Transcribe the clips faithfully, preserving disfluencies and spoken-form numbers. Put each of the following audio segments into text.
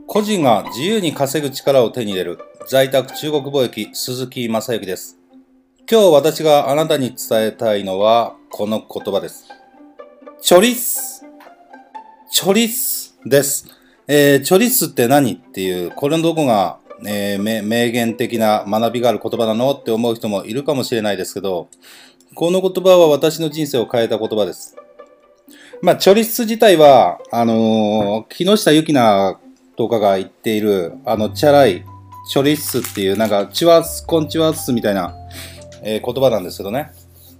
個人が自由に稼ぐ力を手に入れる在宅中国貿易鈴木正幸です。今日私があなたに伝えたいのはこの言葉です。チョリスチョリスです。えー、チョリスって何っていう、これのどこが、えー、名言的な学びがある言葉なのって思う人もいるかもしれないですけど、この言葉は私の人生を変えた言葉です。まあ、チョリス自体は、あのー、木下ゆきなとかが言っている、あの、チャラい、チョリスっていう、なんか、チワス、コンチワスみたいな、えー、言葉なんですけどね。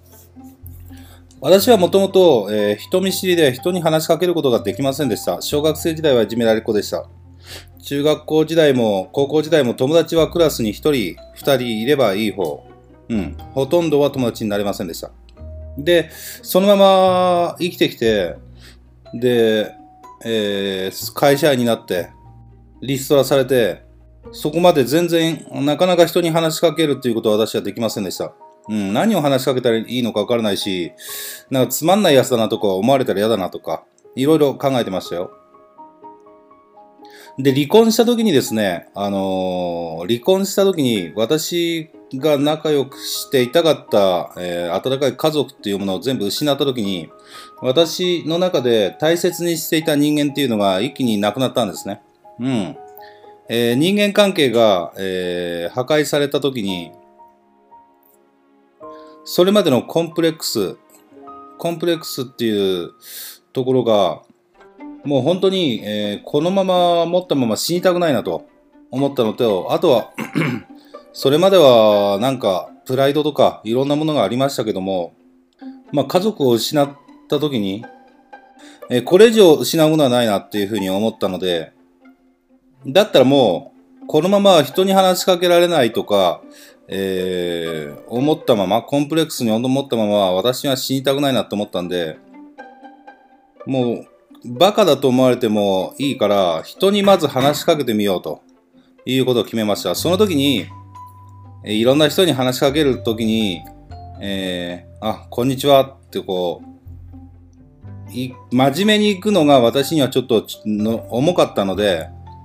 私はもともと、えー、人見知りで人に話しかけることができませんでした。小学生時代はいじめられっ子でした。中学校時代も高校時代も友達はクラスにひとり、ふたりいればいい方。うん。ほとんどは友達になれませんでした。で、そのまま生きてきて、で、えー、会社員になって、リストラされて、そこまで全然なかなか人に話しかけるっていうことは私はできませんでした。うん、何を話しかけたらいいのかわからないし、なんかつまんないやつだなとか思われたら嫌だなとか、いろいろ考えてましたよ。で、離婚した時にですね、あのー、離婚した時に私が仲良くしていたかった、えー、温かい家族っていうものを全部失った時に、私の中で大切にしていた人間っていうのが一気になくなったんですね。うん。えー、人間関係が、えー、破壊された時に、それまでのコンプレックス、コンプレックスっていうところが、もう本当に、えー、このまま持ったまま死にたくないなと思ったのと、あとはそれまではなんかプライドとかいろんなものがありましたけども、まあ家族を失った時に、えー、これ以上失うものはないなっていうふうに思ったので、だったらもう、このまま人に話しかけられないとか、えー、思ったまま、コンプレックスに思ったまま、私は死にたくないなと思ったんで、もう、バカだと思われてもいいから、人にまず話しかけてみようということを決めました。その時に、いろんな人に話しかける時に、えー、あ、こんにちはってこう、い真面目に行くのが私にはちょっとの重かったので、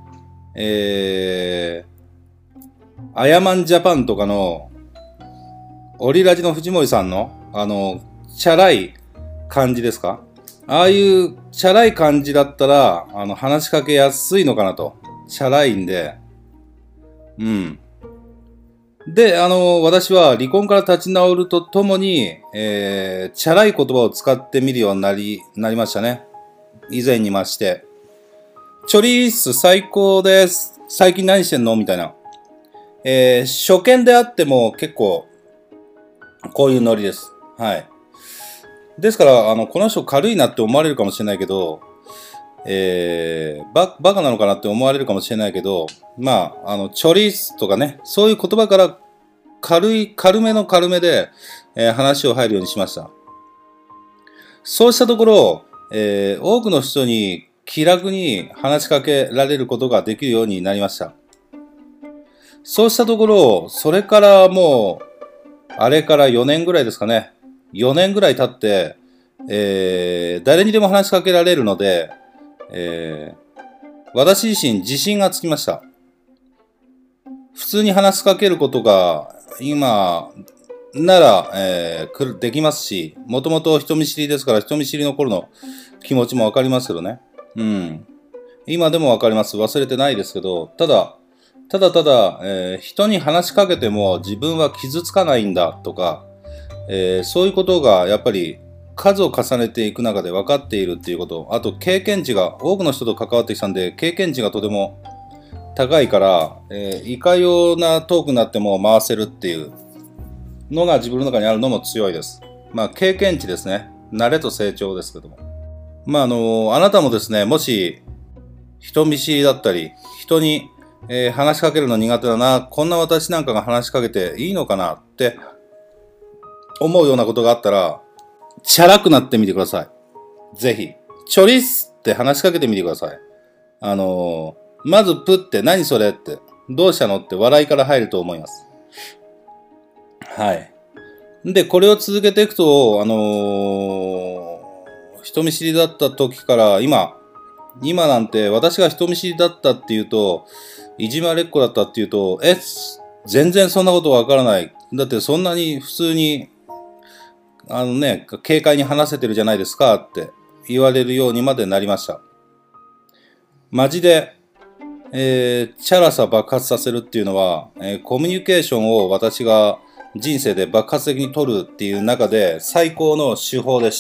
えー、アヤマンジャパンとかの、オリラジの藤森さんの、あの、チャラい感じですか？ああいうチャラい感じだったら、あの、話しかけやすいのかなと。チャラいんで。うん。で、あの、私は離婚から立ち直るとともに、えー、チャラい言葉を使ってみるようになり、なりましたね。以前にまして。チョリース最高です。最近何してんのみたいな。えー、初見であっても結構、こういうノリです。はい。ですから、あの、この人軽いなって思われるかもしれないけど、えー、バ、バカなのかなって思われるかもしれないけど、まあ、あの、チョリースとかね、そういう言葉から軽い、軽めの軽めで、えー、話を入るようにしました。そうしたところ、えー、多くの人に気楽に話しかけられることができるようになりました。そうしたところ、それからもう、あれからよねんぐらいですかね。よねんぐらい経って、えー、誰にでも話しかけられるので、えー、私自身自信がつきました。普通に話しかけることが、今、なら、えー、できますし、もともと人見知りですから、人見知りの頃の気持ちもわかりますけどね。うん。今でもわかります。忘れてないですけど、ただ、ただただ、えー、人に話しかけても自分は傷つかないんだとか、えー、そういうことがやっぱり数を重ねていく中で分かっているっていうこと、あと経験値が、多くの人と関わってきたんで、経験値がとても高いから、えー、いかようなトークになっても回せるっていうのが自分の中にあるのも強いです。まあ経験値ですね。慣れと成長ですけども。まああの、あなたもですね、もし人見知りだったり、人に、えー、話しかけるの苦手だな、こんな私なんかが話しかけていいのかなって思うようなことがあったら、チャラくなってみてください。ぜひ。チョリスって話しかけてみてください。あのー、まずプって何それって、どうしたのって笑いから入ると思います。はい。で、これを続けていくと、あのー、人見知りだった時から今、 今なんて私が人見知りだったっていうと、いじまれっ子だったっていうと、え、全然そんなことわからない。だってそんなに普通に、あのね、軽快に話せてるじゃないですかって言われるようにまでなりました。マジで、えー、チャラさ爆発させるっていうのは、えー、コミュニケーションを私が人生で爆発的に取るっていう中で最高の手法でした。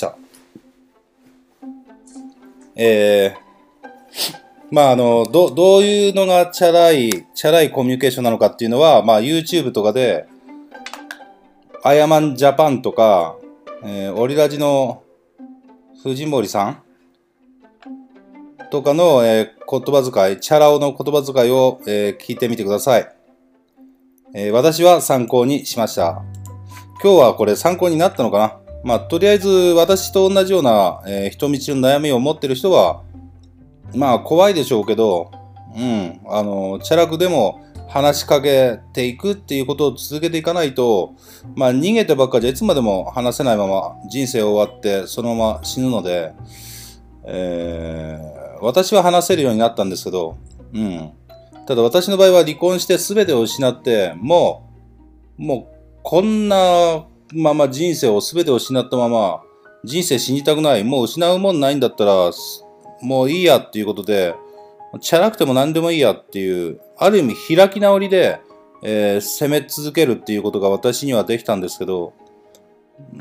えー、まああの、ど、どういうのがチャラい、チャラいコミュニケーションなのかっていうのは、まあ YouTube とかで、アヤマンジャパンとか、えー、オリラジの藤森さんとかの、えー、言葉遣い、チャラ男の言葉遣いを、えー、聞いてみてください、えー。私は参考にしました。今日はこれ参考になったのかな。まあ、とりあえず私と同じような、えー、人見知りの悩みを持ってる人は、まあ怖いでしょうけど、うん、あの、チャラくでも話しかけていくっていうことを続けていかないと、まあ逃げてばっかじゃいつまでも話せないまま人生終わってそのまま死ぬので、えー、私は話せるようになったんですけど、うん。ただ私の場合は離婚して全てを失って、もう、もうこんなまま人生を全てを失ったまま、人生死にたくない、もう失うもんないんだったら、もういいやっていうことで、チャラくても何でもいいやっていう、ある意味開き直りで、えー、攻め続けるっていうことが私にはできたんですけど、うん、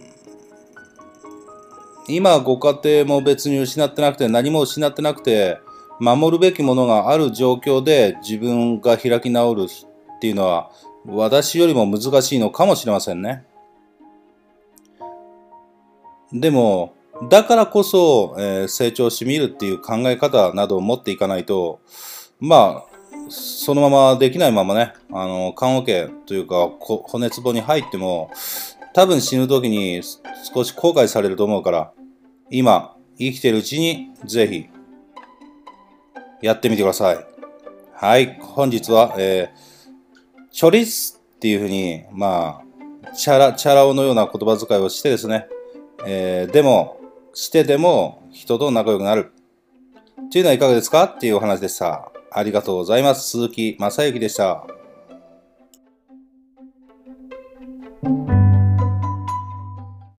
今ご家庭も別に失ってなくて何も失ってなくて、守るべきものがある状況で自分が開き直るっていうのは私よりも難しいのかもしれませんね。でもだからこそ、えー、成長してみるっていう考え方などを持っていかないと、まあそのままできないままね、あの棺桶というか骨壺に入っても多分死ぬ時に少し後悔されると思うから、今生きてるうちにぜひやってみてください。はい、本日は、えー、チョリスっていうふうに、まあ、チャラ、チャラ男のような言葉遣いをしてですね、えー、でも、してでも人と仲良くなる。っていうのはいかがですかっていうお話でした。ありがとうございます。鈴木正幸でした。